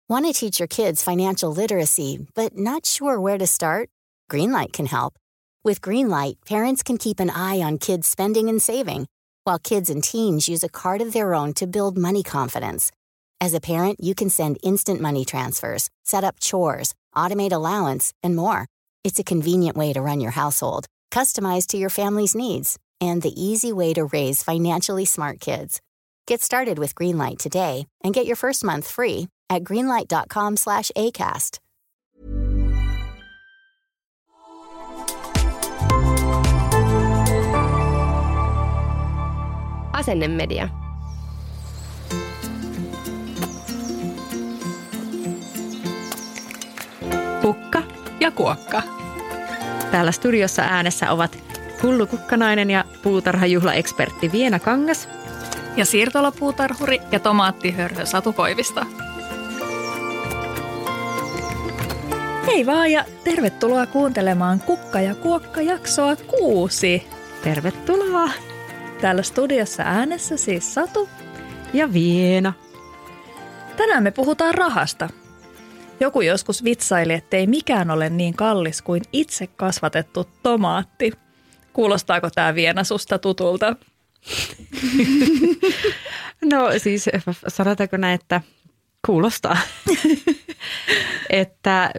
Want to teach your kids financial literacy, but not sure where to start? Greenlight can help. With Greenlight, parents can keep an eye on kids' spending and saving, while kids and teens use a card of their own to build money confidence. As a parent, you can send instant money transfers, set up chores, automate allowance, and more. It's a convenient way to run your household, customized to your family's needs, and the easy way to raise financially smart kids. Get started with Greenlight today and get your first month free at greenlight.com/ACAST. Asennemedia. Kukka ja kuokka. Täällä studiossa äänessä ovat hullukukkanainen ja puutarhajuhlaekspertti Viena Kangas ja siirtolapuutarhuri ja tomaattihörhö Satu Koivisto. Hei vaan ja tervetuloa kuuntelemaan Kukka ja kuokka jaksoa 6. Tervetuloa. Täällä studiossa äänessä siis Satu ja Viena. Tänään me puhutaan rahasta. Joku joskus vitsaili, ettei mikään ole niin kallis kuin itse kasvatettu tomaatti. Kuulostaako tämä Viena susta tutulta? No siis sanotaanko näin, että kuulostaa. Että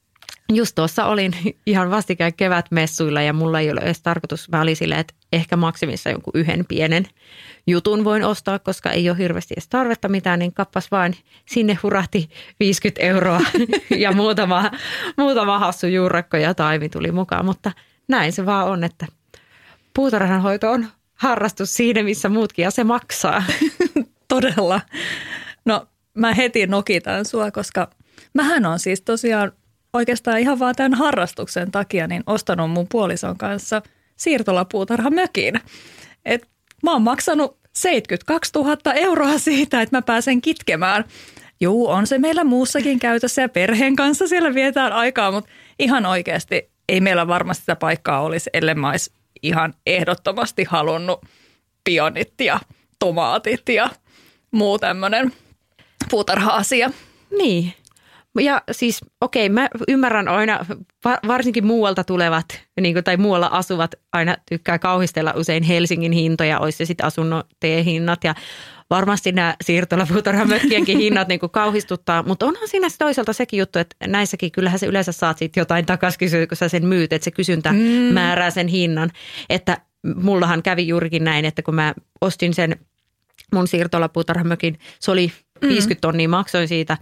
just tuossa olin ihan vastikään kevätmessuilla ja mulla ei ole edes tarkoitus. Mä olin silleen, että ehkä maksimissa jonkun yhden pienen jutun voin ostaa, koska ei ole hirveästi edes tarvetta mitään, niin kappas vaan sinne hurahti 50 € ja muutama hassu juurakko ja taimi tuli mukaan. Mutta näin se vaan on, että puutarhanhoito on harrastus siinä, missä muutkin ja se maksaa. Todella. No mä heti nokitan sua, koska mähän on siis tosiaan oikeastaan ihan vaan tämän harrastuksen takia niin ostanut mun puolison kanssa siirtolapuutarhamökin. Et mä oon maksanut 72 000 € siitä, että mä pääsen kitkemään. Juu, on se meillä muussakin käytössä ja perheen kanssa siellä vietään aikaa, mutta ihan oikeasti ei meillä varmasti sitä paikkaa olisi, ellei mä olisi ihan ehdottomasti halunnut pionit ja tomaatit ja muu tämmöinen puutarha-asia. Niin. Ja siis okei, mä ymmärrän aina, varsinkin muualta tulevat tai muualla asuvat aina tykkää kauhistella usein Helsingin hintoja, olisi se sitten asuntojen hinnat ja varmasti nämä siirtolapuutarhamökkienkin hinnat niin kuin kauhistuttaa, mutta onhan siinä toisaalta sekin juttu, että näissäkin kyllähän se yleensä saat sitten jotain takaisin, kun sä sen myyt, että se kysyntä määrää sen hinnan, että mullahan kävi juurikin näin, että kun mä ostin sen mun siirtolapuutarhamökin, se oli 50 tonnia, maksoin siitä.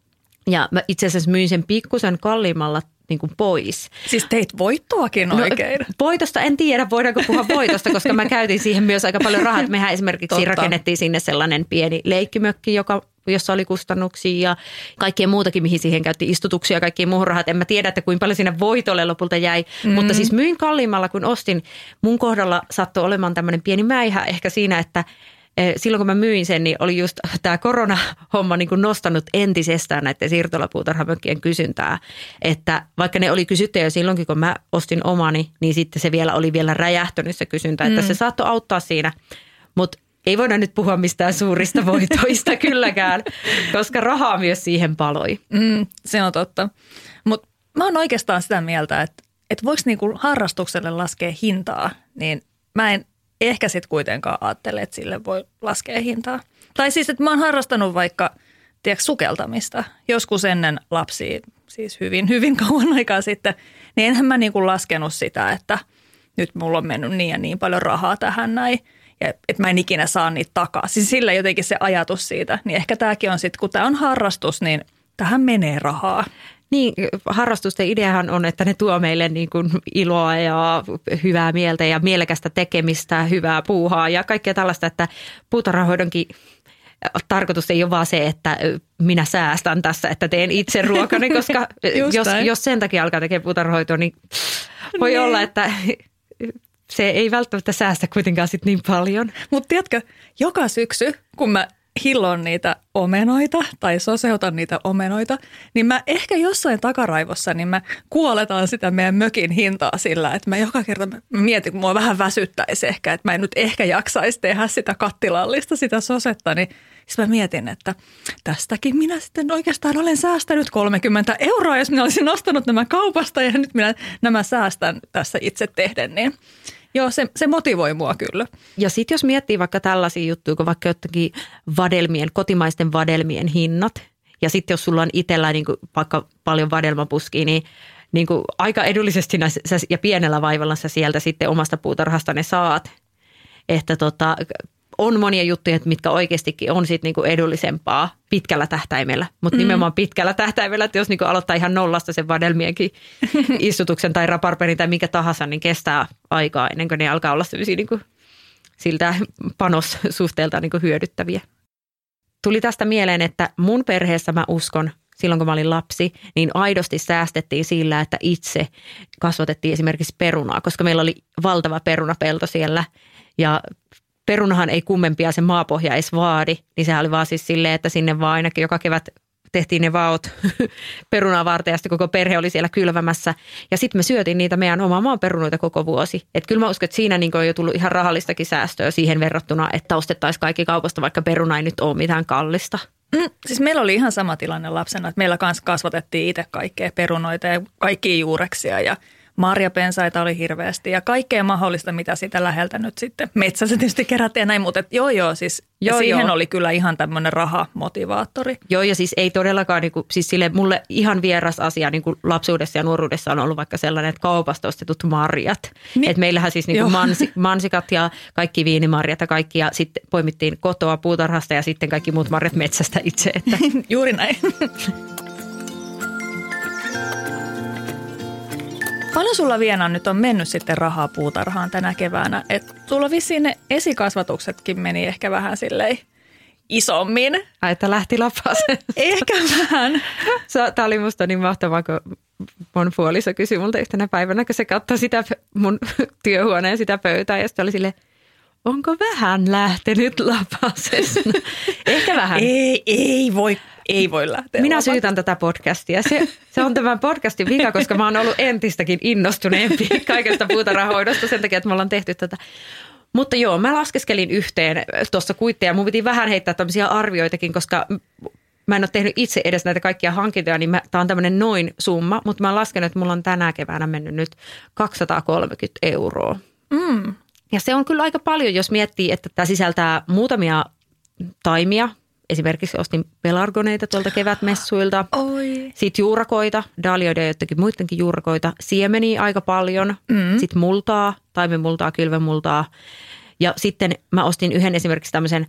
Ja mä itse asiassa myin sen pikkusen kalliimmalla niin kuin pois. Siis teit voittoakin oikein? Voitosta en tiedä, voidaanko puhua voitosta, koska mä käytin siihen myös aika paljon rahaa. Mehän esimerkiksi rakennettiin sinne sellainen pieni leikkimökki, jossa oli kustannuksia ja kaikkea muutakin, mihin siihen käytti istutuksia ja kaikkia muuhun rahat. En mä tiedä, että kuinka paljon sinne voitolle lopulta jäi, mutta siis myin kalliimmalla kuin ostin. Mun kohdalla sattui olemaan tämmöinen pieni mäihä ehkä siinä, että silloin kun mä myin sen, niin oli just tämä koronahomma niin kuin nostanut entisestään näiden siirtolapuutarhamökkien kysyntää. Että vaikka ne oli kysyttyjä jo silloinkin, kun mä ostin omani, niin sitten se vielä oli vielä räjähtynyt se kysyntä. Että se saattoi auttaa siinä, mutta ei voida nyt puhua mistään suurista voitoista kylläkään, koska rahaa myös siihen paloi. Se on totta. Mutta mä oon oikeastaan sitä mieltä, että voiko niinku harrastukselle laskea hintaa, niin mä en ehkä sitten kuitenkaan ajattele, että sille voi laskea hintaa. Tai siis, että mä oon harrastanut vaikka, sukeltamista joskus ennen lapsia, siis hyvin, hyvin kauan aikaa sitten, niin enhän mä niinku laskenut sitä, että nyt mulla on mennyt niin ja niin paljon rahaa tähän näin, ja että mä en ikinä saa niitä takaisin. Siis sillä jotenkin se ajatus siitä, niin ehkä tämäkin on sitten, kun tämä on harrastus, niin tähän menee rahaa. Niin, harrastusten ideahan on, että ne tuo meille niin kuin iloa ja hyvää mieltä ja mielekästä tekemistä, hyvää puuhaa ja kaikkea tällaista, että puutarhanhoidonkin tarkoitus ei ole vaan se, että minä säästän tässä, että teen itse ruokani, koska jos sen takia alkaa tekemään puutarhanhoitoa, niin voi olla, että se ei välttämättä säästä kuitenkaan sit niin paljon. Mutta tiedätkö, joka syksy, kun mä hillon niitä omenoita tai soseutan niitä omenoita, niin mä ehkä jossain takaraivossa, niin mä kuoletaan sitä meidän mökin hintaa sillä, että mä joka kerta mietin, kun mua vähän väsyttäisi ehkä, että mä en nyt ehkä jaksaisi tehdä sitä kattilallista, sitä sosetta, niin Sitten mä mietin, että tästäkin minä sitten oikeastaan olen säästänyt 30 €, jos minä olisin ostanut nämä kaupasta ja nyt minä nämä säästän tässä itse tehden, niin joo, se motivoi mua kyllä. Ja sitten jos miettii vaikka tällaisia juttuja, kun vaikka jotenkin kotimaisten vadelmien hinnat, ja sitten jos sulla on itsellä niin kuin vaikka paljon vadelmapuskia, niin kuin aika edullisesti ja pienellä vaivalla sä sieltä sitten omasta puutarhasta ne saat. Että on monia juttuja, mitkä oikeastikin on sitten niinku edullisempaa pitkällä tähtäimellä, mutta nimenomaan pitkällä tähtäimellä, että jos niinku aloittaa ihan nollasta sen vadelmienkin istutuksen tai raparperin tai mikä tahansa, niin kestää aikaa ennen kuin ne alkaa olla sellaisia niinku siltä panossuhteelta niinku hyödyttäviä. Tuli tästä mieleen, että mun perheessä mä uskon, silloin kun mä olin lapsi, niin aidosti säästettiin sillä, että itse kasvatettiin esimerkiksi perunaa, koska meillä oli valtava perunapelto siellä ja perunahan ei kummempia se maapohja edes vaadi, niin sehän oli vaan siis silleen, että sinne vaan ainakin joka kevät tehtiin ne vaot perunaa varten ja sitten koko perhe oli siellä kylvämässä. Ja sitten me syötiin niitä meidän omaa maan perunoita koko vuosi. Että kyllä mä uskon, että siinä niin on jo tullut ihan rahallistakin säästöä siihen verrattuna, että ostettaisiin kaikki kaupasta, vaikka peruna ei nyt ole mitään kallista. Siis meillä oli ihan sama tilanne lapsena, että meillä kanssa kasvatettiin itse kaikkea perunoita ja kaikkia juureksia ja marjapensaita oli hirveästi ja kaikkea mahdollista, mitä sitä läheltä nyt sitten metsässä tietysti kerättiin ja näin, mutta siis siihen oli kyllä ihan tämmöinen rahamotivaattori. Joo, ja siis ei todellakaan, siis sille mulle ihan vieras asia lapsuudessa ja nuoruudessa on ollut vaikka sellainen, että kaupasta ostetut marjat. Niin. Että meillähän siis mansikat ja kaikki viinimarjat ja kaikki ja sitten poimittiin kotoa puutarhasta ja sitten kaikki muut marjat metsästä itse. Että. Juuri näin. Paljon sulla Viena nyt on mennyt sitten rahaa puutarhaan tänä keväänä? Että sulla vissiin ne esikasvatuksetkin meni ehkä vähän silleen isommin. Ai, että lähti lapaseen. Ehkä vähän. Tämä oli musta niin mahtavaa, kun mun puoliso kysyi multa yhtenä päivänä, kun se katsoi sitä mun työhuoneen sitä pöytää ja sitten oli silleen, onko vähän lähtenyt lapasesta? Ehkä vähän. Ei voi lähteä. Minä syytän tätä podcastia. Se on tämän podcastin vika, koska mä oon ollut entistäkin innostuneempi kaikesta puutarhahoidosta sen takia, että me ollaan tehty tätä. Mutta joo, mä laskeskelin yhteen tuossa kuitteja. Mun piti vähän heittää tämmöisiä arvioitakin, koska mä en ole tehnyt itse edes näitä kaikkia hankintoja, niin tää on tämmöinen noin summa. Mutta mä oon laskenut, että mulla on tänä keväänä mennyt nyt 230 €. Ja se on kyllä aika paljon, jos miettii, että tämä sisältää muutamia taimia. Esimerkiksi ostin pelargoneita tuolta kevätmessuilta. Oi. Sitten juurakoita, dahlioita ja jotakin muidenkin juurakoita. Siemeniä aika paljon. Sitten multaa, taimenmultaa, kylvemultaa. Ja sitten mä ostin yhden esimerkiksi tämmöisen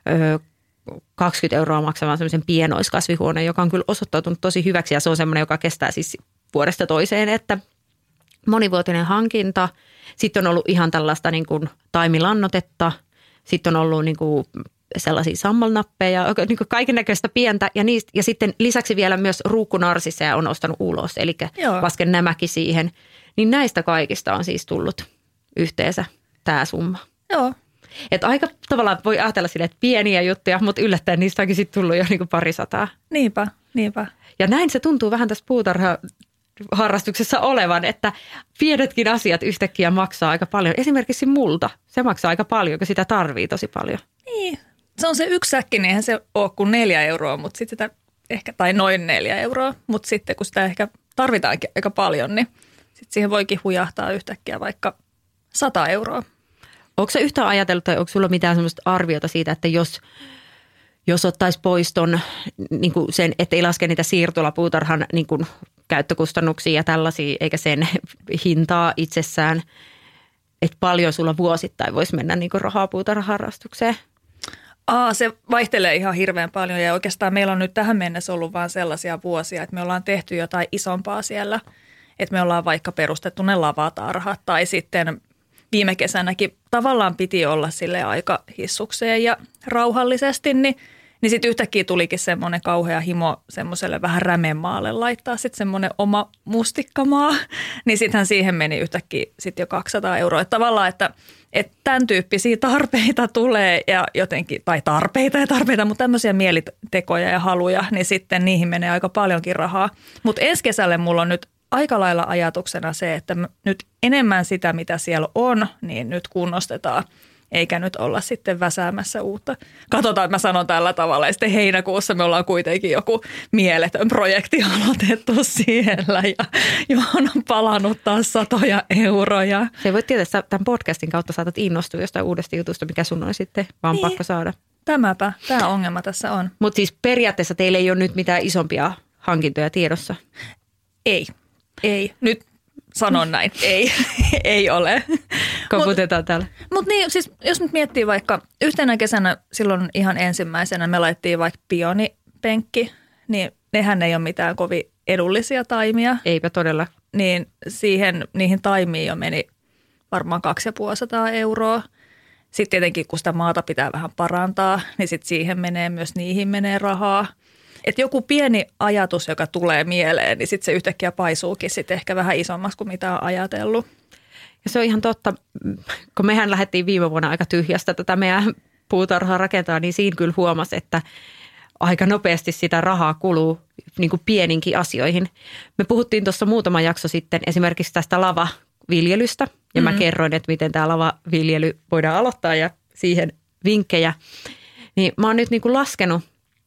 20 € maksavan semmoisen pienoiskasvihuoneen, joka on kyllä osoittautunut tosi hyväksi. Ja se on semmoinen, joka kestää siis vuodesta toiseen, että monivuotinen hankinta. Sitten on ollut ihan tällaista niin kuin taimilannotetta. Sitten on ollut niin kuin sellaisia sammalnappeja, niin kuin kaikennäköistä pientä ja sitten lisäksi vielä myös ruukkunarsiseja on ostanut ulos, eli lasken nämäkin siihen. Niin näistä kaikista on siis tullut yhteensä tämä summa. Joo. Että aika tavallaan voi ajatella silleen, että pieniä juttuja, mutta yllättäen niistä onkin sitten tullut jo niin kuin 200. Niinpä. Ja näin se tuntuu vähän tässä puutarhaharrastuksessa olevan, että pienetkin asiat yhtäkkiä maksaa aika paljon. Esimerkiksi multa, se maksaa aika paljon, kun sitä tarvii tosi paljon. Niin. Se on se yksi säkki, niin eihän se ole kuin 4 €, mutta sitten sitä ehkä, tai noin 4 €, mutta sitten kun sitä ehkä tarvitaankin aika paljon, niin sitten siihen voikin hujahtaa yhtäkkiä vaikka 100 €. Onko sä yhtään ajatellut tai onko sulla mitään sellaista arviota siitä, että jos ottaisi pois ton, niin kuin sen, ettei laske niitä siirtolapuutarhan niin kuin käyttökustannuksia ja tällaisia, eikä sen hintaa itsessään, että paljon sulla vuosittain voisi mennä niin kuin rahaa puutarhaharrastukseen? Se vaihtelee ihan hirveän paljon ja oikeastaan meillä on nyt tähän mennessä ollut vaan sellaisia vuosia, että me ollaan tehty jotain isompaa siellä, että me ollaan vaikka perustettu ne lavatarhat tai sitten viime kesänäkin tavallaan piti olla sille aika hissukseen ja rauhallisesti, niin sitten yhtäkkiä tulikin semmoinen kauhea himo semmoiselle vähän rämemaalle laittaa sitten semmoinen oma mustikkamaa, niin sittenhän siihen meni yhtäkkiä sitten jo 200 €. Että tavallaan, että tämän tyyppisiä tarpeita tulee ja jotenkin, tai tarpeita, mutta tämmöisiä mielitekoja ja haluja, niin sitten niihin menee aika paljonkin rahaa. Mutta ensi kesälle mulla on nyt aika lailla ajatuksena se, että nyt enemmän sitä, mitä siellä on, niin nyt kunnostetaan. eikä nyt olla sitten väsäämässä uutta. Katsotaan, että mä sanon tällä tavalla ja sitten heinäkuussa me ollaan kuitenkin joku mieletön projekti aloitettu siellä ja johon on palannut taas 100 euroja. Se voi tietää, että tämän podcastin kautta saatat innostua jostain uudesta jutusta, mikä sun on sitten vaan pakko saada. Tämä ongelma tässä on. Mutta siis periaatteessa teillä ei ole nyt mitään isompia hankintoja tiedossa? Ei. Nyt sanon näin. Ei ole. Koputetaan täällä. Mutta niin, siis jos nyt miettii vaikka yhtenä kesänä silloin ihan ensimmäisenä me laittiin vaikka pionipenkki, niin nehän ei ole mitään kovin edullisia taimia. Eipä todella. Niin niihin taimiin jo meni varmaan 250 euroa. Sitten tietenkin, kun sitä maata pitää vähän parantaa, niin sitten niihin menee rahaa. Että joku pieni ajatus, joka tulee mieleen, niin sitten se yhtäkkiä paisuukin sitten ehkä vähän isommaksi kuin mitä on ajatellut. Ja se on ihan totta, kun mehän lähdettiin viime vuonna aika tyhjästä tätä meidän puutarhaa rakentaa, niin siinä kyllä huomasi, että aika nopeasti sitä rahaa kuluu niin kuin pieninkin asioihin. Me puhuttiin tuossa muutama jakso sitten esimerkiksi tästä lavaviljelystä ja mä kerroin, että miten tämä lavaviljely voidaan aloittaa ja siihen vinkkejä. Niin mä oon nyt niin kuin laskenut,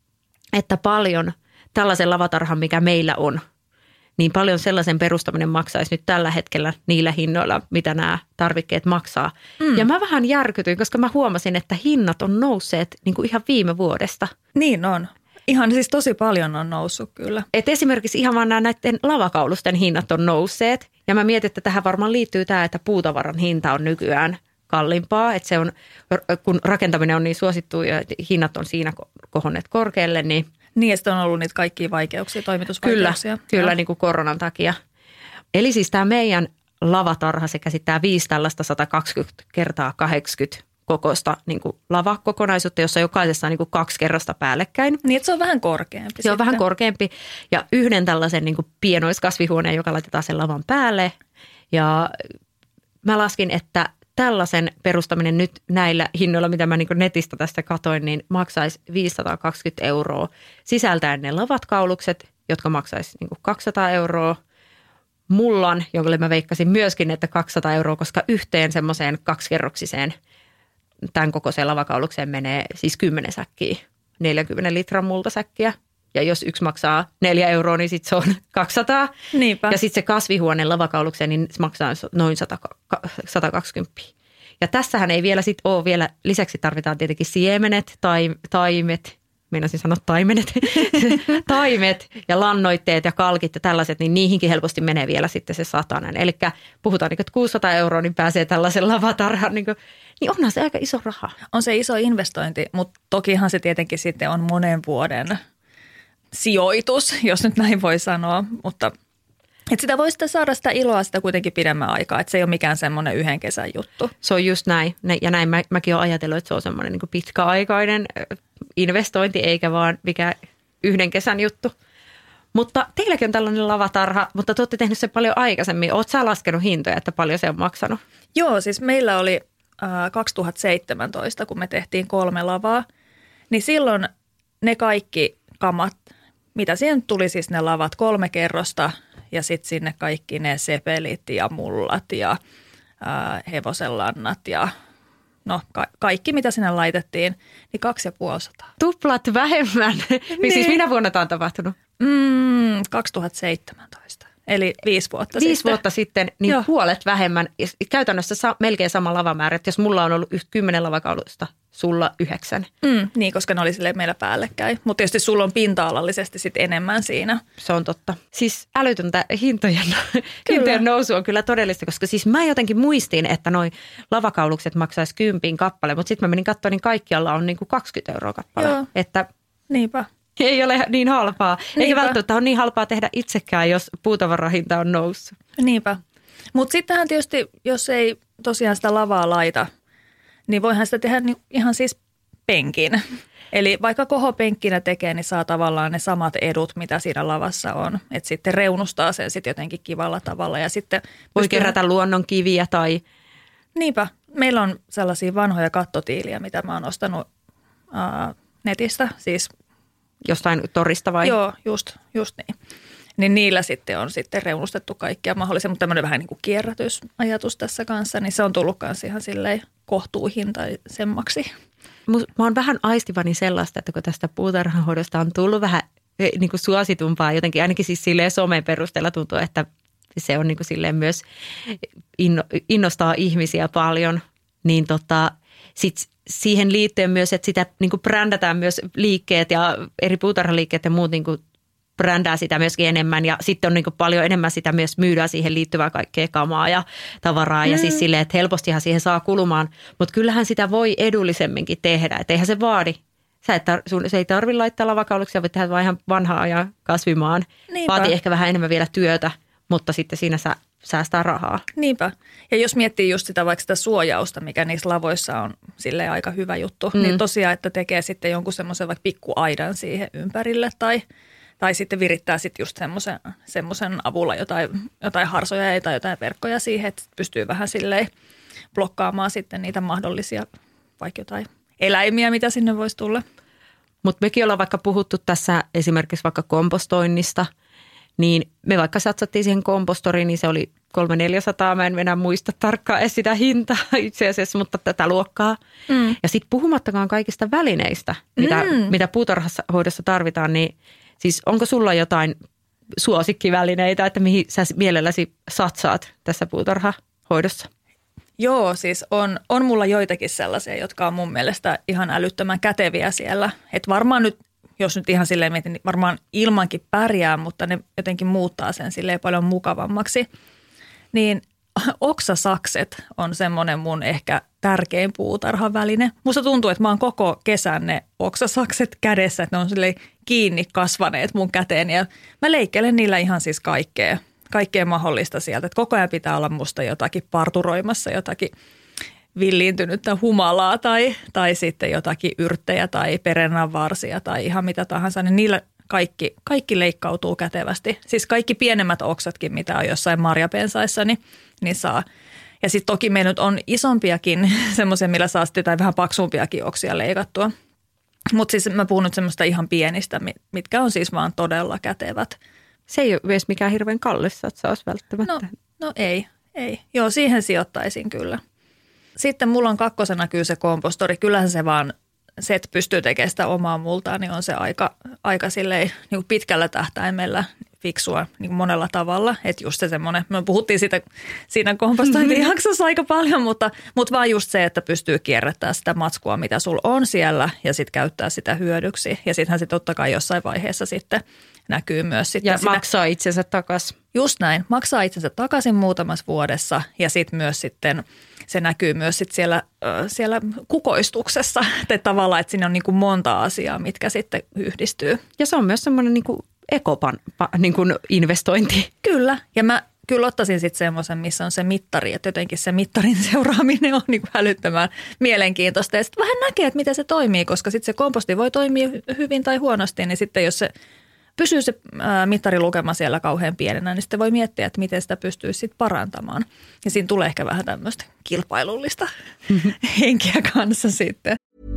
että paljon tällaisen lavatarhan, mikä meillä on, niin paljon sellaisen perustaminen maksaisi nyt tällä hetkellä niillä hinnoilla, mitä nämä tarvikkeet maksaa. Ja mä vähän järkytyin, koska mä huomasin, että hinnat on nousseet niin kuin ihan viime vuodesta. Niin on. Ihan siis tosi paljon on noussut kyllä. Et esimerkiksi ihan vaan näiden lavakaulusten hinnat on nousseet. Ja mä mietin, että tähän varmaan liittyy tämä, että puutavaran hinta on nykyään kalliimpaa. Että se on, kun rakentaminen on niin suosittu ja hinnat on siinä kohonneet korkealle, niin niin, ja sitten on ollut niitä kaikkia vaikeuksia, toimitusvaikeuksia. Kyllä niin kuin koronan takia. Eli siis tämä meidän lavatarha, se käsittää 5 tällaista 120 kertaa 80 kokoista niin kuin lavakokonaisuutta, jossa jokaisessa on niin kuin 2 kerrosta päällekkäin. Niin, että se on vähän korkeampi. Se on vähän korkeampi ja yhden tällaisen niin kuin pienoiskasvihuoneen, joka laitetaan sen lavan päälle. Ja mä laskin, että tällaisen perustaminen nyt näillä hinnoilla, mitä mä niin kuin netistä tästä katoin, niin maksaisi 520 euroa. Sisältäen ne lavatkaulukset, jotka maksaisi niin kuin 200 euroa. Mullan, jonka mä veikkasin myöskin, että 200 euroa, koska yhteen semmoiseen 2-kerroksiseen tämän kokoiseen lavakaulukseen menee siis 10 säkkiä, 40 litran multasäkkiä. Ja jos yksi maksaa 4 euroa, niin sitten se on 200. Niinpä. Ja sitten se kasvihuoneen lavakaulukseen, niin se maksaa noin 120. Ja tässähän ei vielä sitten ole vielä, lisäksi tarvitaan tietenkin siemenet, taimet, meinasin sanoa taimenet, taimet ja lannoitteet ja kalkit ja tällaiset, niin niihinkin helposti menee vielä sitten se 100. Eli puhutaan, että 600 euroa, niin pääsee tällaisen lavatarhan, niin onhan se aika iso raha. On se iso investointi, mutta tokihan se tietenkin sitten on monen vuoden sijoitus, jos nyt näin voi sanoa, mutta että sitä voi sitten saada sitä iloa sitä kuitenkin pidemmän aikaa, että se ei ole mikään semmoinen yhden kesän juttu. Se on just näin, ja näin mäkin olen ajatellut, että se on semmoinen niin kuin pitkäaikainen investointi, eikä vaan mikä yhden kesän juttu. Mutta teilläkin on tällainen lavatarha, mutta te olette tehnyt sen paljon aikaisemmin. Oletko sä laskenut hintoja, että paljon se on maksanut? Joo, siis meillä oli 2017, kun me tehtiin 3 lavaa, niin silloin ne kaikki kamat, mitä siihen tuli siis ne lavat 3 kerrosta ja sitten sinne kaikki ne sepelit ja mullat ja hevosenlannat ja no kaikki mitä sinne laitettiin, niin 250. Tuplat vähemmän. Niin. Siis minä vuonna tämä on tapahtunut? 2017. Eli 5 vuotta 5 vuotta sitten, niin joo, puolet vähemmän. Käytännössä melkein sama lavamäärä. Että jos mulla on ollut 10 lavakaulusta, sulla 9. Niin, koska ne oli silleen meillä päällekkäin. Mutta tietysti sulla on pinta-alallisesti sit enemmän siinä. Se on totta. Siis älytöntä hintojen nousu on kyllä todellista, koska siis mä jotenkin muistin, että noi lavakaulukset maksaisi 10 kappale. Mutta sitten mä menin katsomaan, niin kaikkialla on niinku 20 euroa kappale. Joo. Että niinpä. Ei ole niin halpaa. Eikä välttämättä ole niin halpaa tehdä itsekään, jos puutavarahinta on noussut. Niinpä. Mutta sittenhän tietysti, jos ei tosiaan sitä lavaa laita, niin voihan sitä tehdä ihan siis penkin. Eli vaikka kohopenkkinä tekee, niin saa tavallaan ne samat edut, mitä siinä lavassa on. Että sitten reunustaa sen sitten jotenkin kivalla tavalla. Ja sitten voi kerätä luonnon kiviä tai niinpä. Meillä on sellaisia vanhoja kattotiiliä, mitä mä oon ostanut netistä, siis jostain torista vai? Joo, just niin. niin niillä sitten on sitten reunustettu kaikkia mahdollisia, mutta tämmöinen vähän niin kuin kierrätysajatus tässä kanssa, niin se on tullut kanssa ihan silleen kohtuuhintaisemmaksi. Mä oon vähän aistivani sellaista, että kun tästä puutarhanhoidosta on tullut vähän niin kuin suositumpaa jotenkin, ainakin siis silleen somen perusteella tuntuu, että se on niin kuin silleen myös innostaa ihmisiä paljon, niin sit siihen liittyen myös, että sitä niin kuin brändätään myös liikkeet ja eri puutarhaliikkeet ja muut niin kuin brändää sitä myöskin enemmän ja sitten on niin kuin paljon enemmän sitä myös myydään siihen liittyvää kaikkea kamaa ja tavaraa ja siis silleen, että helpostihan siihen saa kulumaan, mutta kyllähän sitä voi edullisemminkin tehdä, että eihän se vaadi. Se ei tarvitse laittaa lavakauluksi, voit tehdä vaan ihan vanhaa ja kasvimaan. Niinpä. Vaatii ehkä vähän enemmän vielä työtä, mutta sitten siinä säästää rahaa. Niinpä. Ja jos miettii just sitä vaikka sitä suojausta, mikä niissä lavoissa on silleen aika hyvä juttu, niin tosiaan, että tekee sitten jonkun semmoisen vaikka pikkuaidan siihen ympärille tai sitten virittää sitten just semmoisen avulla jotain harsoja tai jotain verkkoja siihen, että pystyy vähän silleen blokkaamaan sitten niitä mahdollisia vaikka jotain eläimiä, mitä sinne voisi tulla. Mutta mekin ollaan vaikka puhuttu tässä esimerkiksi vaikka kompostoinnista, niin me vaikka satsattiin siihen kompostoriin, niin se oli 300-400, mä en enää muista tarkkaan edes sitä hintaa itse asiassa, mutta tätä luokkaa. Ja sitten puhumattakaan kaikista välineistä, mitä puutarhahoidossa tarvitaan, niin siis onko sulla jotain suosikkivälineitä, että mihin sä mielelläsi satsaat tässä puutarhahoidossa? Joo, siis on mulla joitakin sellaisia, jotka on mun mielestä ihan älyttömän käteviä siellä. Että varmaan nyt, jos nyt ihan silleen mietin, niin varmaan ilmankin pärjää, mutta ne jotenkin muuttaa sen silleen paljon mukavammaksi. Niin oksasakset on semmoinen mun ehkä tärkein puutarhaväline. Musta tuntuu, että mä oon koko kesän ne oksasakset kädessä, että ne on silleen kiinni kasvaneet mun käteen ja mä leikkelen niillä ihan siis kaikkea mahdollista sieltä. Että koko ajan pitää olla musta jotakin parturoimassa, jotakin villiintynyttä humalaa tai sitten jotakin yrttejä tai perennanvarsia tai ihan mitä tahansa. Niin niillä kaikki leikkautuu kätevästi. Siis kaikki pienemmät oksatkin, mitä on jossain marjapensaissa, niin saa. Ja sitten toki meillä nyt on isompiakin, semmoisia, millä saa sitten tai vähän paksumpiakin oksia leikattua. Mutta siis mä puhun nyt semmoista ihan pienistä, mitkä on siis vaan todella kätevät. Se ei ole edes mikään hirveän kallis satsaus välttämättä. No ei. Joo, siihen sijoittaisin kyllä. Sitten mulla on kakkosena kyllä se kompostori. Kyllähän se vaan, se että pystyy tekemään sitä omaa multaa, niin on se aika silleen niin kuin pitkällä tähtäimellä fiksua niin kuin monella tavalla. Että just se semmoinen, me puhuttiin siitä siinä kompostointijaksossa aika paljon, mutta vaan just se, että pystyy kierrättämään sitä matskua, mitä sulla on siellä ja sitten käyttää sitä hyödyksi. Ja sittenhän se totta kai jossain vaiheessa sitten näkyy myös sitten. Ja maksaa itsensä takaisin. Just näin. Maksaa itsensä takaisin muutamassa vuodessa ja sitten myös sitten se näkyy myös sitten siellä kukoistuksessa. Että tavallaan, että siinä on niin kuin monta asiaa, mitkä sitten yhdistyy. Ja se on myös semmoinen niin kuin niin kuin investointi. Kyllä. Ja mä kyllä ottaisin sitten semmoisen, missä on se mittari. Että jotenkin se mittarin seuraaminen on niin kuin älyttömän mielenkiintoista. Ja sitten vähän näkee, että miten se toimii, koska sitten se komposti voi toimia hyvin tai huonosti. Niin sitten jos se pysyy se mittarilukema siellä kauhean pienenä, niin sitten voi miettiä, että miten sitä pystyy sitten parantamaan. Ja siinä tulee ehkä vähän tämmöistä kilpailullista henkeä kanssa sitten.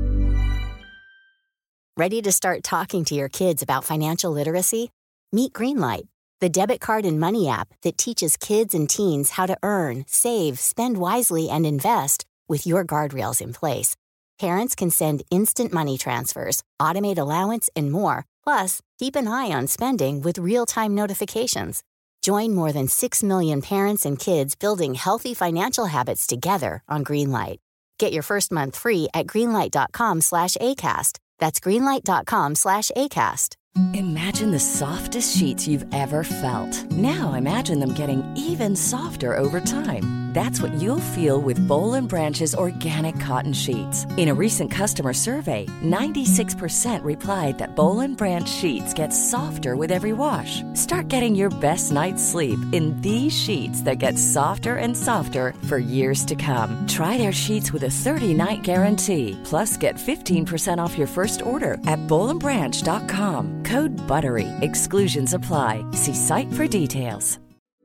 Ready to start talking to your kids about financial literacy? Meet Greenlight, the debit card and money app that teaches kids and teens how to earn, save, spend wisely, and invest with your guardrails in place. Parents can send instant money transfers, automate allowance, and more. Plus, keep an eye on spending with real-time notifications. Join more than 6 million parents and kids building healthy financial habits together on Greenlight. Get your first month free at greenlight.com/ACAST. That's greenlight.com/ACAST. Imagine the softest sheets you've ever felt. Now imagine them getting even softer over time. That's what you'll feel with Boll & Branch's organic cotton sheets. In a recent customer survey, 96% replied that Boll & Branch sheets get softer with every wash. Start getting your best night's sleep in these sheets that get softer and softer for years to come. Try their sheets with a 30-night guarantee. Plus, get 15% off your first order at bollandbranch.com. Code BUTTERY. Exclusions apply. See site for details.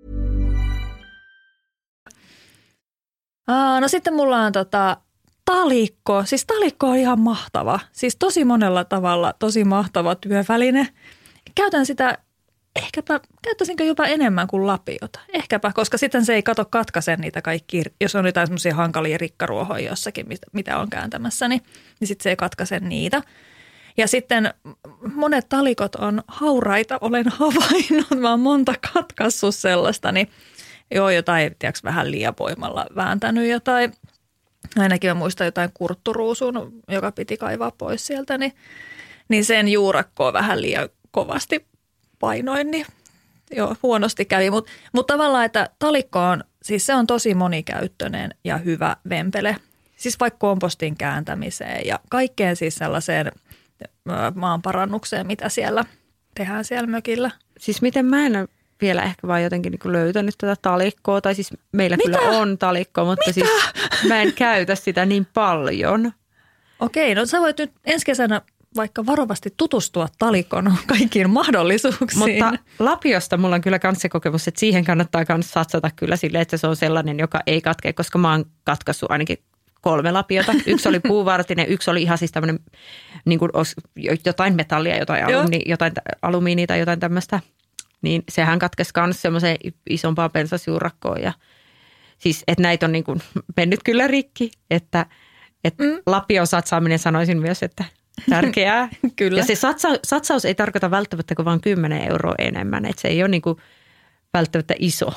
No sitten mulla on talikko. Siis talikko on ihan mahtava. Siis tosi monella tavalla tosi mahtava työväline. Käytän sitä ehkäpä käyttäisinkö jopa enemmän kuin lapiota. Ehkäpä, koska sitten se ei katkaise niitä kaikkia, jos on jotain semmoisia hankalia rikkaruohoja jossakin, mitä on kääntämässä, niin sitten se ei katkaise niitä. Ja sitten monet talikot on hauraita, olen havainnut, mä oon monta katkaissut sellaista, niin jotain, tiedätkö, vähän liian voimalla vääntänyt jotain. Ainakin mä muistan jotain kurtturuusun, joka piti kaivaa pois sieltä, niin sen juurakkoa vähän liian kovasti painoin, niin huonosti kävi. Mutta tavallaan, että talikko on, siis se on tosi monikäyttöinen ja hyvä vempele. Siis vaikka kompostin kääntämiseen ja kaikkeen siis sellaiseen maanparannukseen, mitä siellä tehdään siellä mökillä. Siis miten mä en ole vielä ehkä vaan jotenkin niin kuin löytänyt tätä talikkoa, tai siis meillä kyllä on talikkoa, mutta siis mä en käytä sitä niin paljon. Okei, no sä voit nyt ensi kesänä vaikka varovasti tutustua talikon kaikkiin mahdollisuuksiin. Mutta lapiosta mulla on kyllä myös se kokemus, että siihen kannattaa myös satsata kyllä silleen, että se on sellainen, joka ei katkea, koska mä oon katkaissut ainakin 3 lapiota. Yksi oli puuvartinen, yksi oli ihan siis tämmöinen niin kuin jotain metallia, jotain alumiinia tai jotain tämmöistä. Niin sehän katkesi myös semmoiseen isompaan pensasjuurakkoon. Ja siis, että näitä on niin kuin mennyt kyllä rikki, että lapion satsaaminen sanoisin myös, että tärkeää. Kyllä. Ja se satsaus ei tarkoita välttämättä kuin vain 10 € enemmän. Että se ei ole niin kuin välttämättä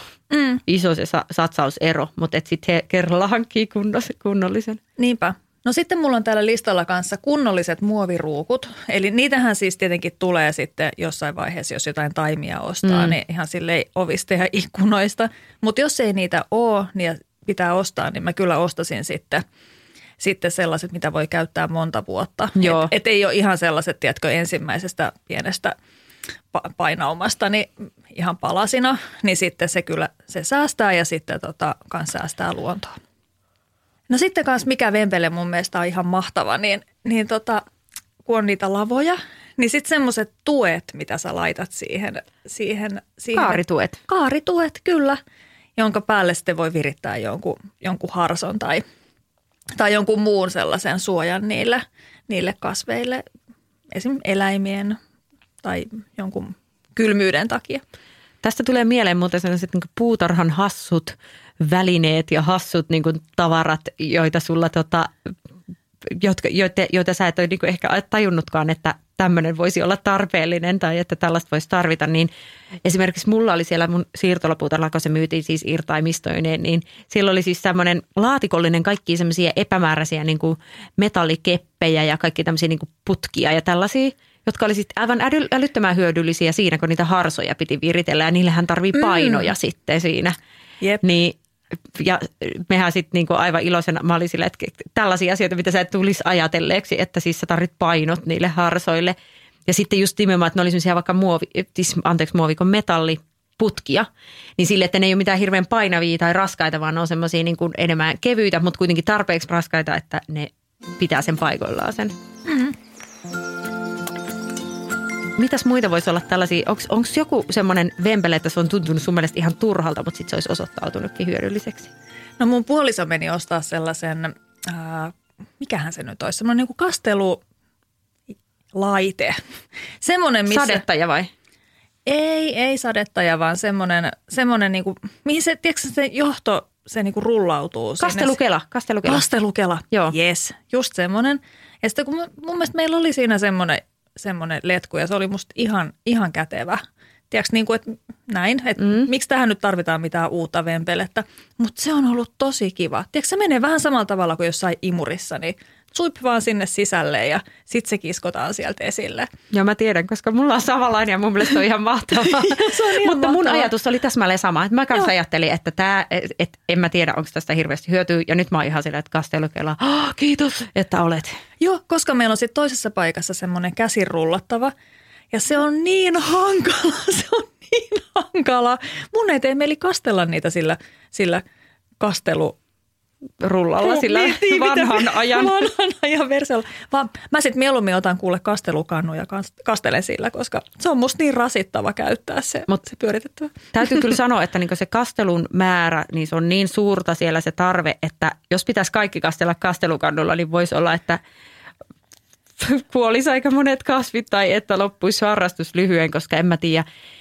iso se satsausero, mutta että sitten kerralla hankkii kunnollisen. Niinpä. No sitten mulla on täällä listalla kanssa kunnolliset muoviruukut. Eli niitähän siis tietenkin tulee sitten jossain vaiheessa, jos jotain taimia ostaa, niin ihan silleen ovista ja ikkunoista. Mutta jos ei niitä ole, niin pitää ostaa, niin mä kyllä ostasin sitten sellaiset, mitä voi käyttää monta vuotta. Et ei ole ihan sellaiset, tiedätkö, ensimmäisestä pienestä painaumasta niin ihan palasina, niin sitten se kyllä se säästää ja sitten kans säästää luontoa. No sitten kans mikä vempele mun mielestä on ihan mahtava, niin kun on niitä lavoja, niin sitten semmoiset tuet, mitä sä laitat siihen. Kaarituet. Kaarituet, kyllä, jonka päälle sitten voi virittää jonkun harson tai jonkun muun sellaisen suojan niille kasveille, esimerkiksi eläimien tai jonkun kylmyyden takia. Tästä tulee mieleen muuten sellaiset niin kuin puutarhan hassut välineet ja hassut niin kuin tavarat, joita sulla joita sä et ole niin kuin ehkä tajunnutkaan, että tämmöinen voisi olla tarpeellinen tai että tällaista voisi tarvita. Niin esimerkiksi mulla oli siellä mun siirtolapuutarhalla, kun se myytiin siis irtaimistoineen, niin siellä oli siis semmoinen laatikollinen kaikkia semmoisia epämääräisiä niin kuin metallikeppejä ja kaikki tämmöisiä niin kuin putkia ja tällaisia, jotka oli sitten aivan älyttömän hyödyllisiä siinä, kun niitä harsoja piti viritellä ja niillähän tarvii painoja sitten siinä. Jep. Niin, ja mehän sitten niinku aivan iloisena, mä olin sillä, että tällaisia asioita, mitä sä et tulisi ajatelleeksi, että siis sä tarvit painot niille harsoille. Ja sitten just nimenomaan, että ne oli sellaisia vaikka muovikon metalliputkia, niin sille, että ne ei ole mitään hirveän painavia tai raskaita, vaan ne on semmoisia niin kuin enemmän kevyitä, mutta kuitenkin tarpeeksi raskaita, että ne pitää sen paikoillaan sen. Mm-hmm. Mitäs muita voisi olla tällaisia? Onko joku semmoinen vempele, että se on tuntunut sun mielestä ihan turhalta, mutta sitten se olisi osoittautunutkin hyödylliseksi? No mun puoliso meni ostaa sellaisen, mikähän se nyt olisi, semmoinen niin kuin kastelulaite. Semmoinen, missä... Sadettaja vai? Ei sadettaja, vaan semmoinen niin kuin, mihin se, tiedätkö se johto, se niin kuin rullautuu. Kastelukela. Kastelukela, joo. Yes, just semmoinen. Ja sitten kun mun mielestä meillä oli siinä semmoinen letku ja se oli musta ihan kätevä. Tiedätkö, niin kuin, että näin, että miksi tähän nyt tarvitaan mitään uutta vempelettä, mutta se on ollut tosi kiva. Tiedätkö, se menee vähän samalla tavalla kuin jossain imurissa, niin suip vaan sinne sisälle ja sitten se kiskotaan sieltä esille. Joo, mä tiedän, koska mulla on samanlainen ja mun mielestä on ihan mahtavaa. Mutta mun ajatus oli täsmälleen sama. Että mä kanssa ajattelin, että en mä tiedä, onko tästä hirveästi hyötyä. Ja nyt mä oon ihan silleen, että kastelukela, kiitos, että olet. Joo, koska meillä on sitten toisessa paikassa semmoinen käsin rullattava. Ja se on niin hankala. Mun ei tee mieli kastella niitä sillä rullalla, sillä vanhan ajan versiolla. Vaan mä sitten mieluummin otan kuule kastelukannu ja kastelen sillä, koska se on musta niin rasittava käyttää se pyöritettävä. Täytyy kyllä sanoa, että niinku se kastelun määrä, niin se on niin suurta siellä se tarve, että jos pitäisi kaikki kastella kastelukannulla, niin voisi olla, että kuolisi aika monet kasvit tai että loppuisi harrastus lyhyen, koska en mä tiedä.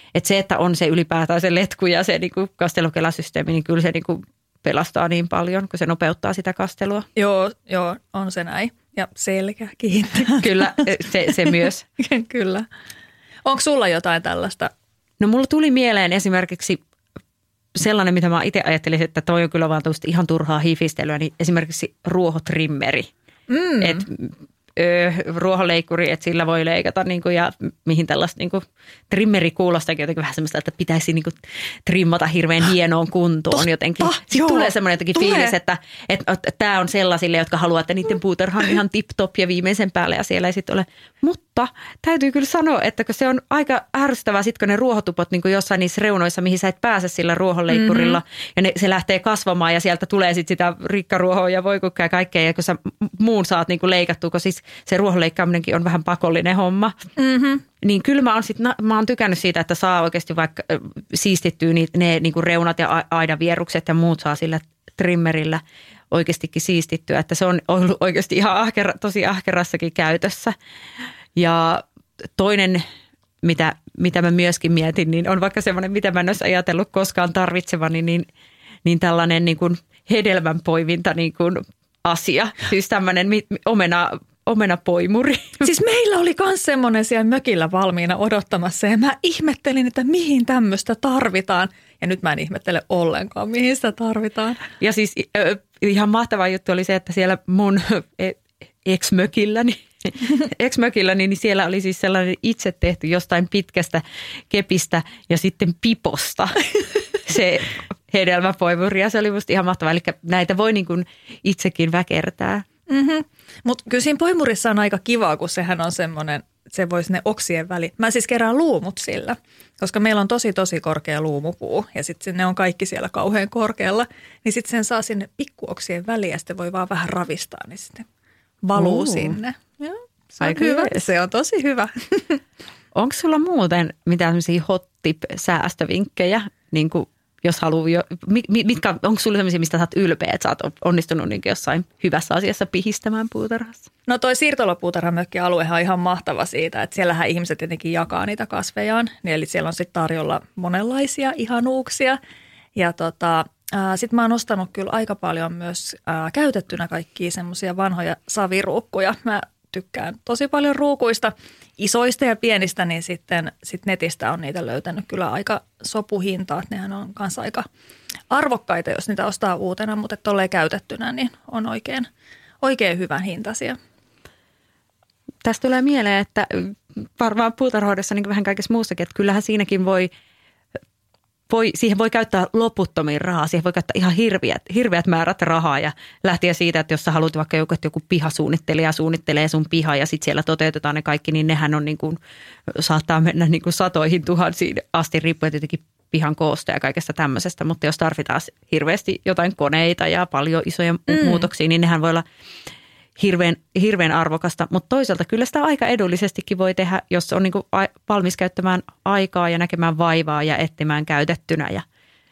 Että se, että on se ylipäätään se letku ja se niin kuin kastelukelasysteemi, niin kyllä se niin kuin pelastaa niin paljon, kun se nopeuttaa sitä kastelua. Joo, on se näin. Ja selkä kiinni. Kyllä, se myös. Kyllä. Onko sulla jotain tällaista? No mulla tuli mieleen esimerkiksi sellainen, mitä mä itse ajattelin, että toi on kyllä vaan ihan turhaa hifistelyä, niin esimerkiksi ruohotrimmeri. Että ruohonleikkuri, että sillä voi leikata niin kuin, ja mihin tällaista niin kuin, trimmeri kuulostaakin jotenkin vähän semmoista, että pitäisi niin kuin, trimmata hirveän hienoon kuntoon jotenkin. Sitten tulee semmoinen jotenkin fiilis, että tämä on sellaisille, jotka haluaa, että niiden puutarha on ihan tip-top ja viimeisen päälle ja siellä ei sitten ole. Mutta täytyy kyllä sanoa, että kun se on aika ärsyttävää sitten, kun ne ruohotupot niin kuin jossain niissä reunoissa, mihin sä et pääse sillä ruohonleikkurilla ja se lähtee kasvamaan ja sieltä tulee sitten sitä rikkaruohoa ja voikukkaa ja kaikkea ja kun sä muun saat niin kuin leikattua, kun siis se ruohonleikkaaminenkin on vähän pakollinen homma. Niin kyllä mä oon tykännyt siitä, että saa oikeasti vaikka siistittyä ne niin kuin reunat ja aidanvierukset ja muut saa sillä trimmerillä oikeastikin siistittyä. Että se on ollut oikeasti ihan tosi ahkerassakin käytössä. Ja toinen, mitä mä myöskin mietin, niin on vaikka semmoinen, mitä mä en olisi ajatellut koskaan tarvitsevani, niin tällainen niin kuin hedelmänpoiminta niin kuin asia. Siis tämmöinen omenapoimuri. Siis meillä oli myös semmoinen siellä mökillä valmiina odottamassa ja mä ihmettelin, että mihin tämmöistä tarvitaan. Ja nyt mä en ihmettele ollenkaan, mihin sitä tarvitaan. Ja siis ihan mahtava juttu oli se, että siellä mun ex-mökilläni, niin siellä oli siis sellainen itse tehty jostain pitkästä kepistä ja sitten piposta se hedelmäpoimuri. Ja se oli musta ihan mahtavaa. Eli näitä voi niin kuin itsekin väkertää. Mutta kyllä siinä poimurissa on aika kivaa, kun sehän on semmoinen, se voisi ne oksien väliin. Mä siis kerään luumut sillä, koska meillä on tosi korkea luumupuu ja sitten ne on kaikki siellä kauhean korkealla. Niin sitten sen saa sinne pikkuoksien väliin ja sitten voi vaan vähän ravistaa, niin sitten valuu sinne. Joo, se on hyvä. Se on tosi hyvä. Onko sulla muuten mitään sellaisia hot tip-säästövinkkejä, niin kuin jos haluaa, onko sulla sellaisia, mistä sä oot ylpeä, että sä oot onnistunut niin jossain hyvässä asiassa pihistämään puutarhassa? No toi siirtolapuutarhamökkialuehan on ihan mahtava siitä, että siellähän ihmiset tietenkin jakaa niitä kasvejaan. Eli siellä on sitten tarjolla monenlaisia ihanuuksia. Ja sitten mä oon ostanut kyllä aika paljon myös käytettynä kaikkia semmoisia vanhoja saviruukkuja. Mä tykkään tosi paljon ruukuista, isoista ja pienistä, niin sitten netistä on niitä löytänyt kyllä aika sopuhintaa. Nehän on kanssa aika arvokkaita, jos niitä ostaa uutena, mutta tolleen käytettynä, niin on oikein hyvän hintaisia. Tästä tulee mieleen, että varmaan puutarhoidessa niin kuin vähän kaikessa muussakin, että kyllähän siinäkin siihen voi käyttää loputtomiin rahaa, siihen voi käyttää ihan hirveät määrät rahaa ja lähtien siitä, että jos sä haluat vaikka joku pihasuunnittelija suunnittelee sun pihaa ja sitten siellä toteutetaan ne kaikki, niin nehän on niin kuin, saattaa mennä niin kuin satoihin tuhansiin asti riippuen tietenkin pihan koosta ja kaikesta tämmöisestä, mutta jos tarvitaan hirveästi jotain koneita ja paljon isoja muutoksia, niin nehän voi olla hirveän arvokasta, mutta toisaalta kyllä sitä aika edullisestikin voi tehdä, jos on niin kuin valmis käyttämään aikaa ja näkemään vaivaa ja etsimään käytettynä. Ja,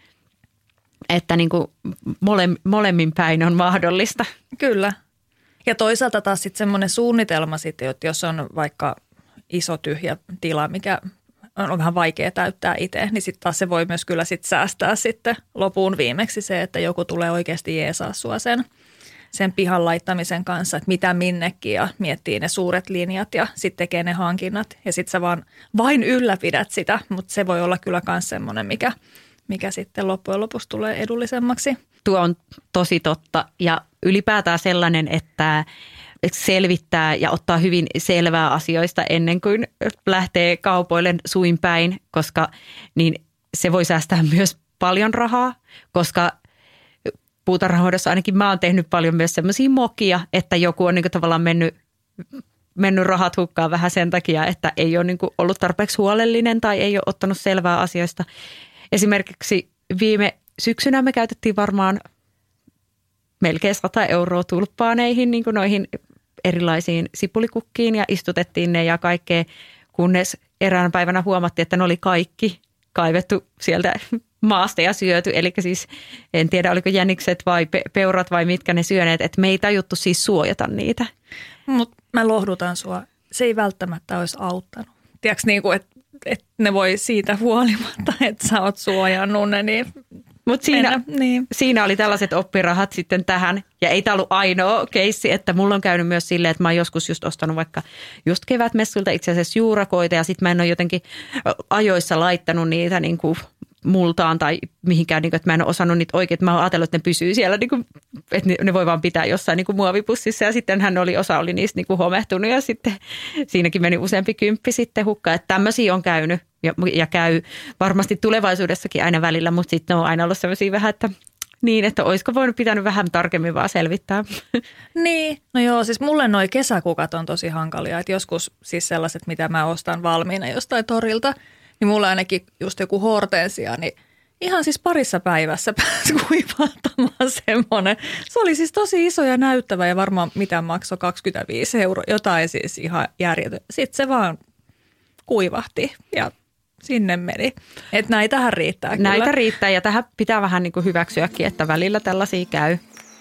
että niin kuin molemmin päin on mahdollista. Kyllä. Ja toisaalta taas sitten semmoinen suunnitelma sitten, että jos on vaikka iso tyhjä tila, mikä on vähän vaikea täyttää itse, niin sitten taas se voi myös kyllä sitten säästää sitten lopun viimeksi se, että joku tulee oikeasti jeesaa sua sen pihan laittamisen kanssa, että mitä minnekin ja miettii ne suuret linjat ja sitten tekee ne hankinnat. Ja sitten sä vain ylläpidät sitä, mutta se voi olla kyllä myös semmoinen, mikä sitten loppujen lopuksi tulee edullisemmaksi. Tuo on tosi totta ja ylipäätään sellainen, että selvittää ja ottaa hyvin selvää asioista ennen kuin lähtee kaupoille suin päin, koska niin se voi säästää myös paljon rahaa, koska puutarhahoidossa ainakin mä oon tehnyt paljon myös semmoisia mokia, että joku on niinku tavallaan mennyt rahat hukkaan vähän sen takia, että ei ole niinku ollut tarpeeksi huolellinen tai ei ole ottanut selvää asioista. Esimerkiksi viime syksynä me käytettiin varmaan melkein 100 € tulppaaneihin, niin kuin noihin erilaisiin sipulikukkiin ja istutettiin ne ja kaikkea, kunnes eräänä päivänä huomattiin, että ne oli kaikki kaivettu sieltä maasta ja syöty. Eli siis en tiedä, oliko jänikset vai peurat vai mitkä ne syöneet, että me ei tajuttu siis suojata niitä. Mutta mä lohdutan sua. Se ei välttämättä olisi auttanut. Tiedätkö, niin kuin, että että ne voi siitä huolimatta, että sä oot suojannut ne, niin mutta siinä oli tällaiset oppirahat sitten tähän. Ja ei tämä ollut ainoa keissi, että mulla on käynyt myös silleen, että mä oon joskus just ostanut vaikka just kevätmessulta itse asiassa juurakoita. Ja sitten mä en ole jotenkin ajoissa laittanut niitä niin kuin multaan tai mihinkään, niin kuin, että mä en ole osannut niitä oikein. Mä oon ajatellut, että ne pysyy siellä, niin kuin, että ne voi vaan pitää jossain niin kuin muovipussissa. Ja sitten osa oli niistä niin kuin homehtunut ja sitten siinäkin meni useampi kymppi sitten hukkaan. Että tämmöisiä on käynyt ja käy varmasti tulevaisuudessakin aina välillä, mutta sitten on aina ollut sellaisia vähän, että niin, että olisiko voinut pitänyt vähän tarkemmin vaan selvittää. Niin, no joo, siis mulle noi kesäkukat on tosi hankalia, että joskus siis sellaiset, mitä mä ostan valmiina jostain torilta, niin mulla ainakin just joku hortensia, niin ihan siis parissa päivässä pääsi kuivahtamaan semmoinen. Se oli siis tosi iso ja näyttävä ja varmaan mitä maksoi 25 €, jotain siis ihan järjetön. Sitten se vaan kuivahti ja sinne meni. Että näitähän riittää kyllä. Näitä riittää ja tähän pitää vähän niin kuin hyväksyäkin, että välillä tällaisia käy.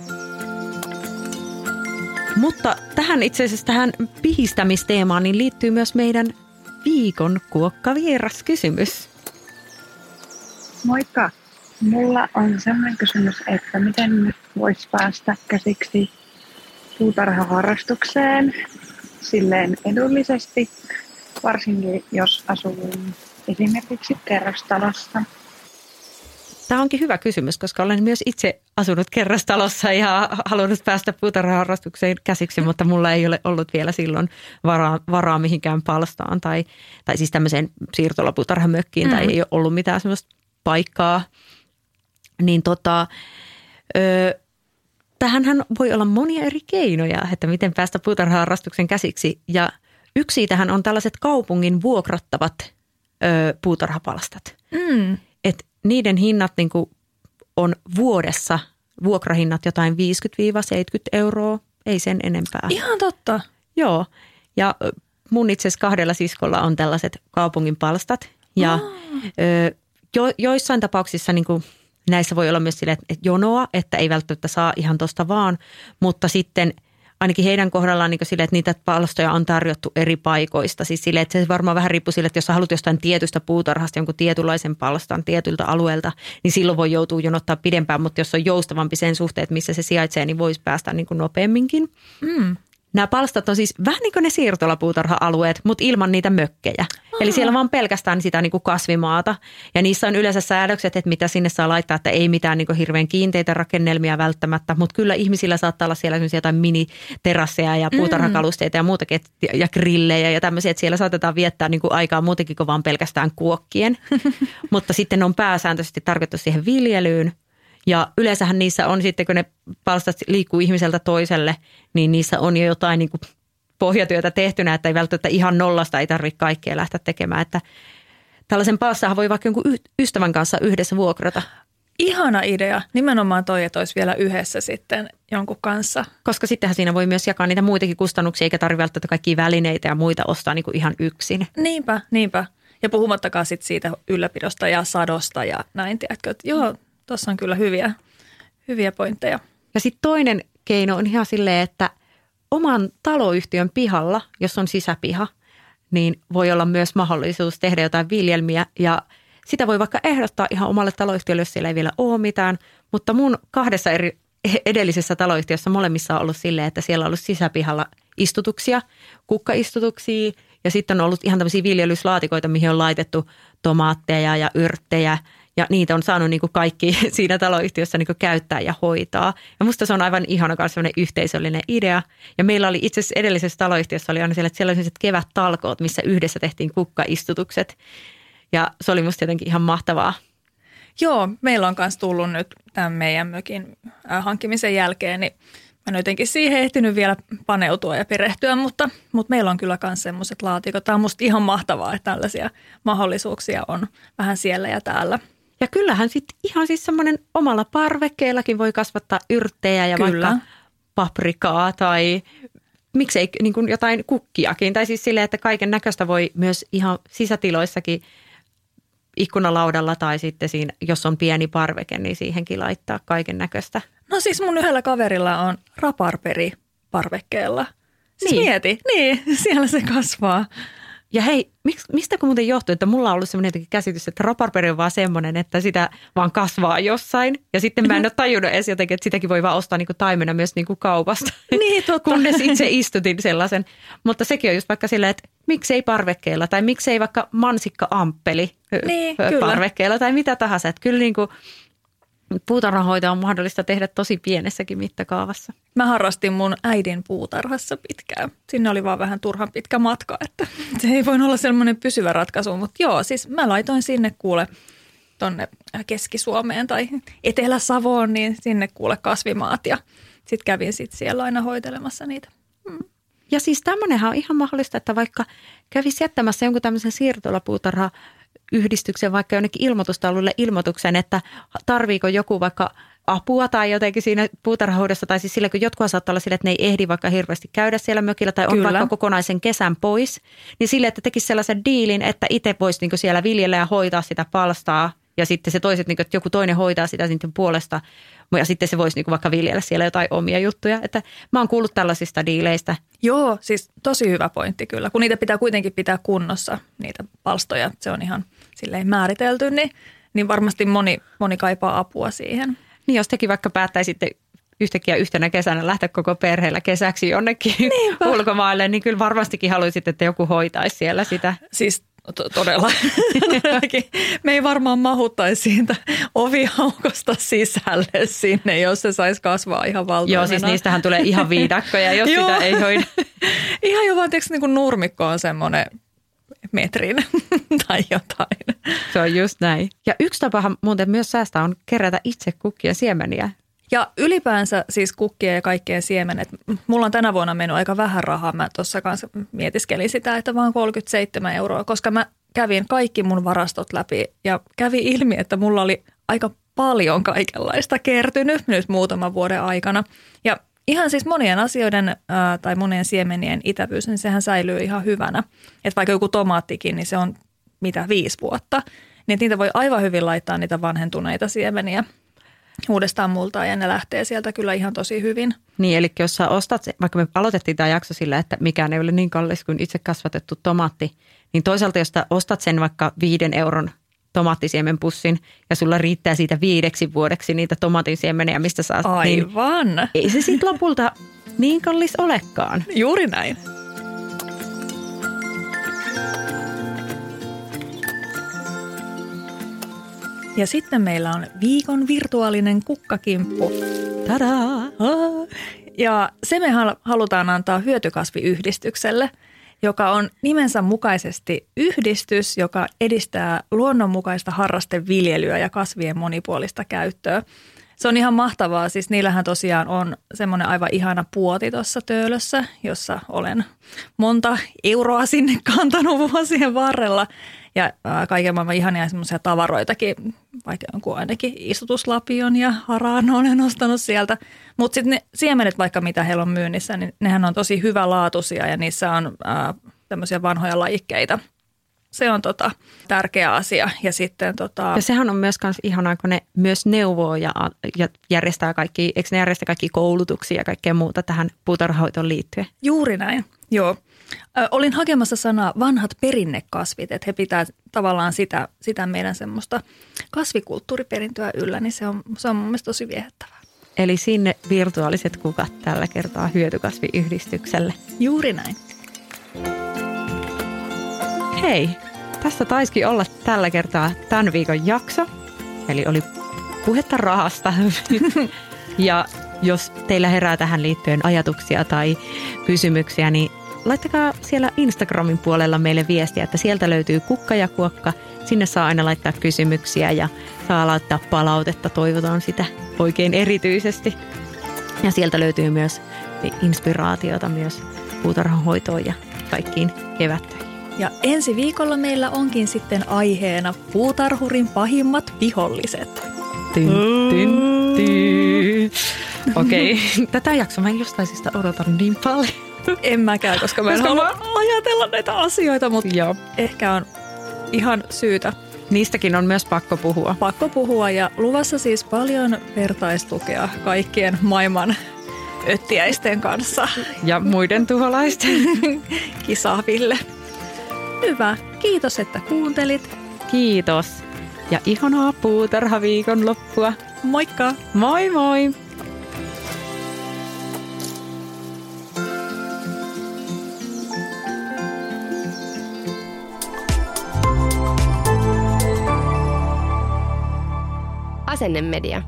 Mutta tähän itse asiassa tähän pihistämisteemaan niin liittyy myös meidän viikon kuokkavieras kysymys. Moikka! Mulla on sellainen kysymys, että miten nyt voisi päästä käsiksi puutarhaharrastukseen silleen edullisesti, varsinkin jos asuu esimerkiksi kerrostalossa. Tämä onkin hyvä kysymys, koska olen myös itse asunut kerrostalossa ja halunnut päästä puutarhaharrastukseen käsiksi, mutta mulla ei ole ollut vielä silloin varaa mihinkään palstaan tai siis tämmöiseen siirtolapuutarhamökkiin tai ei ole ollut mitään semmoista paikkaa. Niin tähänhän voi olla monia eri keinoja, että miten päästä puutarhaharrastuksen käsiksi ja yksi siitähän on tällaiset kaupungin vuokrattavat puutarhapalstat. Et niiden hinnat niin kuin on vuodessa, vuokrahinnat jotain 50-70 €, ei sen enempää. Ihan totta. Joo, ja mun itse asiassa 2 siskolla on tällaiset kaupungin palstat ja joissain tapauksissa niin kuin näissä voi olla myös silleen, että jonoa, että ei välttämättä saa ihan tosta vaan, mutta sitten ainakin heidän kohdallaan niin silleen, että niitä palstoja on tarjottu eri paikoista. Siis silleen, että se varmaan vähän riippuu sille, että jos sä haluat jostain tietystä puutarhasta jonkun tietynlaisen palstan tietyltä alueelta, niin silloin voi joutua jonottaa pidempään, mutta jos on joustavampi sen suhteen, että missä se sijaitsee, niin voisi päästä niin kuin nopeamminkin. Nämä palstat on siis vähän niin kuin ne siirtolapuutarha-alueet, mutta ilman niitä mökkejä. Eli siellä vaan pelkästään sitä niin kuin kasvimaata. Ja niissä on yleensä säädökset, että mitä sinne saa laittaa, että ei mitään niin kuin hirveän kiinteitä rakennelmia välttämättä. Mutta kyllä ihmisillä saattaa olla siellä jotain miniterasseja ja puutarhakalusteita ja muutakin ja grillejä ja tämmöisiä. Että siellä saatetaan viettää niin kuin aikaa muutenkin kuin vaan pelkästään kuokkien. Mutta sitten ne on pääsääntöisesti tarkoitettu siihen viljelyyn. Ja yleensähän niissä on sitten, kun ne palstat liikkuu ihmiseltä toiselle, niin niissä on jo jotain niin kuin pohjatyötä tehtynä, että ei välttämättä ihan nollasta ei tarvitse kaikkea lähteä tekemään. Että tällaisen palssahan voi vaikka jonkun ystävän kanssa yhdessä vuokrata. Ihana idea. Nimenomaan toi, että olisi vielä yhdessä sitten jonkun kanssa. Koska sittenhän siinä voi myös jakaa niitä muitakin kustannuksia, eikä tarvitse välttämättä kaikkia välineitä ja muita ostaa niin kuin ihan yksin. Niinpä. Ja puhumattakaan sitten siitä ylläpidosta ja sadosta ja näin, tiedätkö, että joo, tuossa on kyllä hyviä pointteja. Ja sitten toinen keino on ihan silleen, että oman taloyhtiön pihalla, jos on sisäpiha, niin voi olla myös mahdollisuus tehdä jotain viljelmiä. Ja sitä voi vaikka ehdottaa ihan omalle taloyhtiölle, jos siellä ei vielä ole mitään. Mutta mun 2 eri edellisessä taloyhtiössä molemmissa on ollut silleen, että siellä on ollut sisäpihalla istutuksia, kukkaistutuksia ja sitten on ollut ihan tämmöisiä viljelyslaatikoita, mihin on laitettu tomaatteja ja yrttejä. Ja niitä on saanut niin kuin kaikki siinä taloyhtiössä niin kuin käyttää ja hoitaa. Ja musta se on aivan ihana myös sellainen yhteisöllinen idea. Ja meillä oli itse asiassa edellisessä taloyhtiössä oli aina siellä, että siellä oli sellaiset kevättalkoot, missä yhdessä tehtiin kukkaistutukset. Ja se oli musta jotenkin ihan mahtavaa. Joo, meillä on myös tullut nyt tämän meidän mökin hankkimisen jälkeen, niin mä en jotenkin siihen ehtinyt vielä paneutua ja perehtyä, mutta meillä on kyllä myös semmoiset laatikot. Tämä on musta ihan mahtavaa, että tällaisia mahdollisuuksia on vähän siellä ja täällä. Ja kyllähän sitten ihan siis semmoinen omalla parvekkeellakin voi kasvattaa yrttejä ja kyllä. Vaikka paprikaa tai miksei niin kuin jotain kukkiakin. Tai siis silleen, että kaiken näköistä voi myös ihan sisätiloissakin ikkunalaudalla tai sitten siinä, jos on pieni parveke, niin siihenkin laittaa kaiken näköistä. No siis mun yhdellä kaverilla on raparperi parvekkeella. Siis niin. Mieti, niin siellä se kasvaa. Ja hei, mistä kun muuten johtuu, että mulla on ollut semmoinen käsitys, että raparperi on vaan semmoinen, että sitä vaan kasvaa jossain. Ja sitten mä en ole tajunnut edes jotenkin, että sitäkin voi vaan ostaa niin kuin taimena myös niin kuin kaupasta. Niin, totta. Kunnes itse istutin sellaisen. Mutta sekin on just vaikka silleen, että miksei parvekkeella tai miksei vaikka mansikka-amppeli niin, parvekkeella tai mitä tahansa. Että kyllä niin kuin puutarhanhoito on mahdollista tehdä tosi pienessäkin mittakaavassa. Mä harrastin mun äidin puutarhassa pitkään. Sinne oli vaan vähän turhan pitkä matka, että se ei voinut olla sellainen pysyvä ratkaisu. Mutta joo, siis mä laitoin sinne kuule tonne Keski-Suomeen tai Etelä-Savoon, niin sinne kuule kasvimaat ja sitten kävin siellä aina hoitelemassa niitä. Ja siis tämmöinenhän on ihan mahdollista, että vaikka kävisi jättämässä jonkun tämmöisen siirtolapuutarha-yhdistyksen vaikka jonnekin ilmoitustaululle ilmoituksen, että tarviiko joku vaikka apua tai jotenkin siinä puutarhahoidossa, tai siis sillä, kun jotkut saattaa olla sillä, että ne ei ehdi vaikka hirveästi käydä siellä mökillä tai on vaikka kokonaisen kesän pois, niin sille, että tekisi sellaisen diilin, että itse voisi niinku siellä viljellä ja hoitaa sitä palstaa ja sitten se toiset, niinku, että joku toinen hoitaa sitä sitten puolesta ja sitten se voisi niinku vaikka viljellä siellä jotain omia juttuja, että mä oon kuullut tällaisista diileistä. Joo, siis tosi hyvä pointti kyllä, kun niitä pitää kuitenkin pitää kunnossa, niitä palstoja, se on ihan silleen määritelty, niin varmasti moni kaipaa apua siihen. Niin jos tekin vaikka päättäisitte yhtäkkiä yhtenä kesänä lähteä koko perheellä kesäksi jonnekin ulkomaille, niin kyllä varmastikin haluaisit, että joku hoitaisi siellä sitä. Siis todella. Me ei varmaan mahuttaisi siitä oviaukosta sisälle sinne, jos se saisi kasvaa ihan valtavana. Joo, siis niistähän tulee ihan viidakkoja, jos sitä ei hoida. Ihan jo vaan, tiedätkö, niin kuin nurmikko on semmoinen metrin tai jotain. Se on just näin. Ja yksi tapahan muuten myös säästää on kerätä itse kukkien siemeniä. Ja ylipäänsä siis kukkien ja kaikkien siemenet. Mulla on tänä vuonna mennyt aika vähän rahaa. Mä tuossa kanssa mietiskelin sitä, että vaan 37 €, koska mä kävin kaikki mun varastot läpi ja kävi ilmi, että mulla oli aika paljon kaikenlaista kertynyt nyt muutaman vuoden aikana. Ja ihan siis monien asioiden tai monien siemenien itävyys, niin sehän säilyy ihan hyvänä. Että vaikka joku tomaattikin, niin se on 5 vuotta. Niin niitä voi aivan hyvin laittaa niitä vanhentuneita siemeniä uudestaan multaan ja ne lähtee sieltä kyllä ihan tosi hyvin. Niin, eli jos sä ostat, vaikka me aloitettiin tämä jakso sillä, että mikään ei ole niin kallis kuin itse kasvatettu tomaatti, niin toisaalta jos sä ostat sen vaikka 5 € tomaattisiemenpussin ja sulla riittää siitä 5 vuodeksi niitä tomaatinsiemeniä, mistä saat. Aivan. Niin ei se sitten lopulta niin kallis olekaan. Juuri näin. Ja sitten meillä on viikon virtuaalinen kukkakimppu. Tadaa! Ja se me halutaan antaa hyötykasviyhdistykselle, joka on nimensä mukaisesti yhdistys, joka edistää luonnonmukaista harrasteviljelyä ja kasvien monipuolista käyttöä. Se on ihan mahtavaa. Siis niillähän tosiaan on semmoinen aivan ihana puoti tuossa Töölössä, jossa olen monta euroa sinne kantanut vuosien varrella. Ja kaiken maailman ihania semmoisia tavaroitakin, vaikka jonkun ainakin istutuslapion ja haraan olen ostanut sieltä. Mutta sitten ne siemenet, vaikka mitä heillä on myynnissä, niin nehän on tosi hyvälaatuisia ja niissä on tämmöisiä vanhoja lajikkeita. Se on tärkeä asia. Ja sitten Ja sehän on myös ihanaa, kun ne myös neuvoo ja järjestää kaikki, eikö ne järjestä kaikki koulutuksia ja kaikkea muuta tähän puutarhahoitoon liittyen? Juuri näin, joo. Olin hakemassa sanaa vanhat perinnekasvit, että he pitää tavallaan sitä meidän semmoista kasvikulttuuriperintöä yllä, niin se on mun mielestä tosi viehättävää. Eli sinne virtuaaliset kukat tällä kertaa hyötykasviyhdistykselle. Juuri näin. Hei, tässä taisikin olla tällä kertaa tämän viikon jakso. Eli oli puhetta rahasta. Ja jos teillä herää tähän liittyen ajatuksia tai kysymyksiä, niin laittakaa siellä Instagramin puolella meille viestiä, että sieltä löytyy Kukka ja Kuokka. Sinne saa aina laittaa kysymyksiä ja saa laittaa palautetta. Toivotaan sitä oikein erityisesti. Ja sieltä löytyy myös inspiraatiota myös puutarhanhoitoon ja kaikkiin kevättöihin. Ja ensi viikolla meillä onkin sitten aiheena puutarhurin pahimmat viholliset. Okei, tätä jaksoa mä en jostain syystä odotan niin paljon. En mäkään, koska mä en halua ajatella näitä asioita, mutta ehkä on ihan syytä. Niistäkin on myös pakko puhua. Pakko puhua ja luvassa siis paljon vertaistukea kaikkien maailman öttiäisten kanssa. Ja muiden tuholaisten. Kisaville. Hyvä. Kiitos, että kuuntelit. Kiitos. Ja ihanaa puutarhaviikonloppua. Moikka! Moi moi! Asennemedia.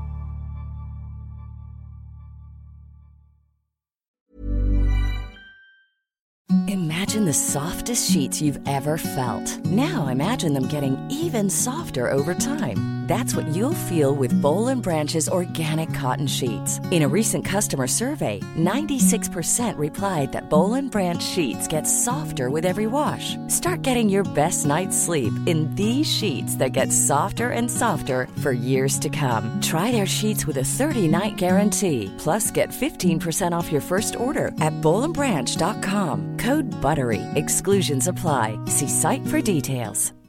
Imagine the softest sheets you've ever felt. Now imagine them getting even softer over time. That's what you'll feel with Boll & Branch's organic cotton sheets. In a recent customer survey, 96% replied that Boll & Branch sheets get softer with every wash. Start getting your best night's sleep in these sheets that get softer and softer for years to come. Try their sheets with a 30-night guarantee. Plus, get 15% off your first order at bollandbranch.com. Code BUTTERY. Exclusions apply. See site for details.